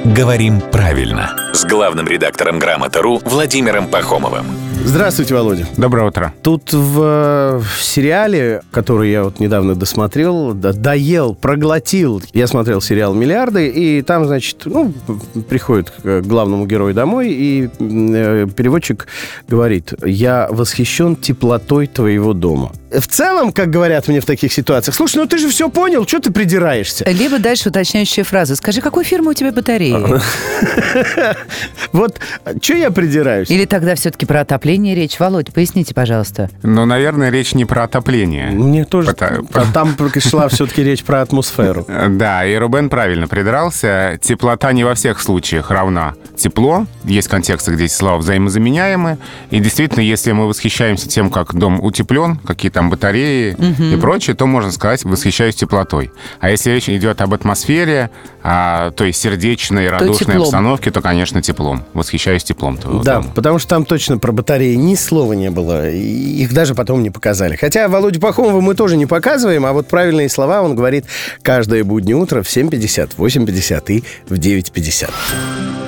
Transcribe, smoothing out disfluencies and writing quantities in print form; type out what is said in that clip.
«Говорим правильно» с главным редактором «Грамота.ру» Владимиром Пахомовым. Здравствуйте, Володя. Доброе утро. Тут в сериале, который я вот недавно досмотрел, доел, проглотил, я смотрел сериал «Миллиарды», и там, значит, приходит к главному герою домой, и переводчик говорит: «Я восхищен теплотой твоего дома». В целом, как говорят мне в таких ситуациях: слушай, ты же все понял, что ты придираешься? Либо дальше уточняющая фраза: скажи, какой фирмы у тебя батареи? Вот, что я придираюсь? Или тогда все-таки про отопление речь? Володь, поясните, пожалуйста. Но, наверное, речь не про отопление. Мне тоже. Там шла все-таки речь про атмосферу. Да, и Рубен правильно придрался. Теплота не во всех случаях равна тепло. Есть контексты, где эти слова взаимозаменяемы. И действительно, если мы восхищаемся тем, как дом утеплен, какие там батареи и прочее, то можно сказать: восхищаюсь теплотой. А если речь идет об атмосфере, то есть сердечной, радушной обстановке, то, конечно, теплом. Восхищаюсь теплом твоего дома. Да, потому что там точно про батареи ни слова не было. Их даже потом не показали. Хотя Володю Пахомова мы тоже не показываем, а вот правильные слова он говорит каждое буднее утро в 7:50, в 8:50 и в 9:50.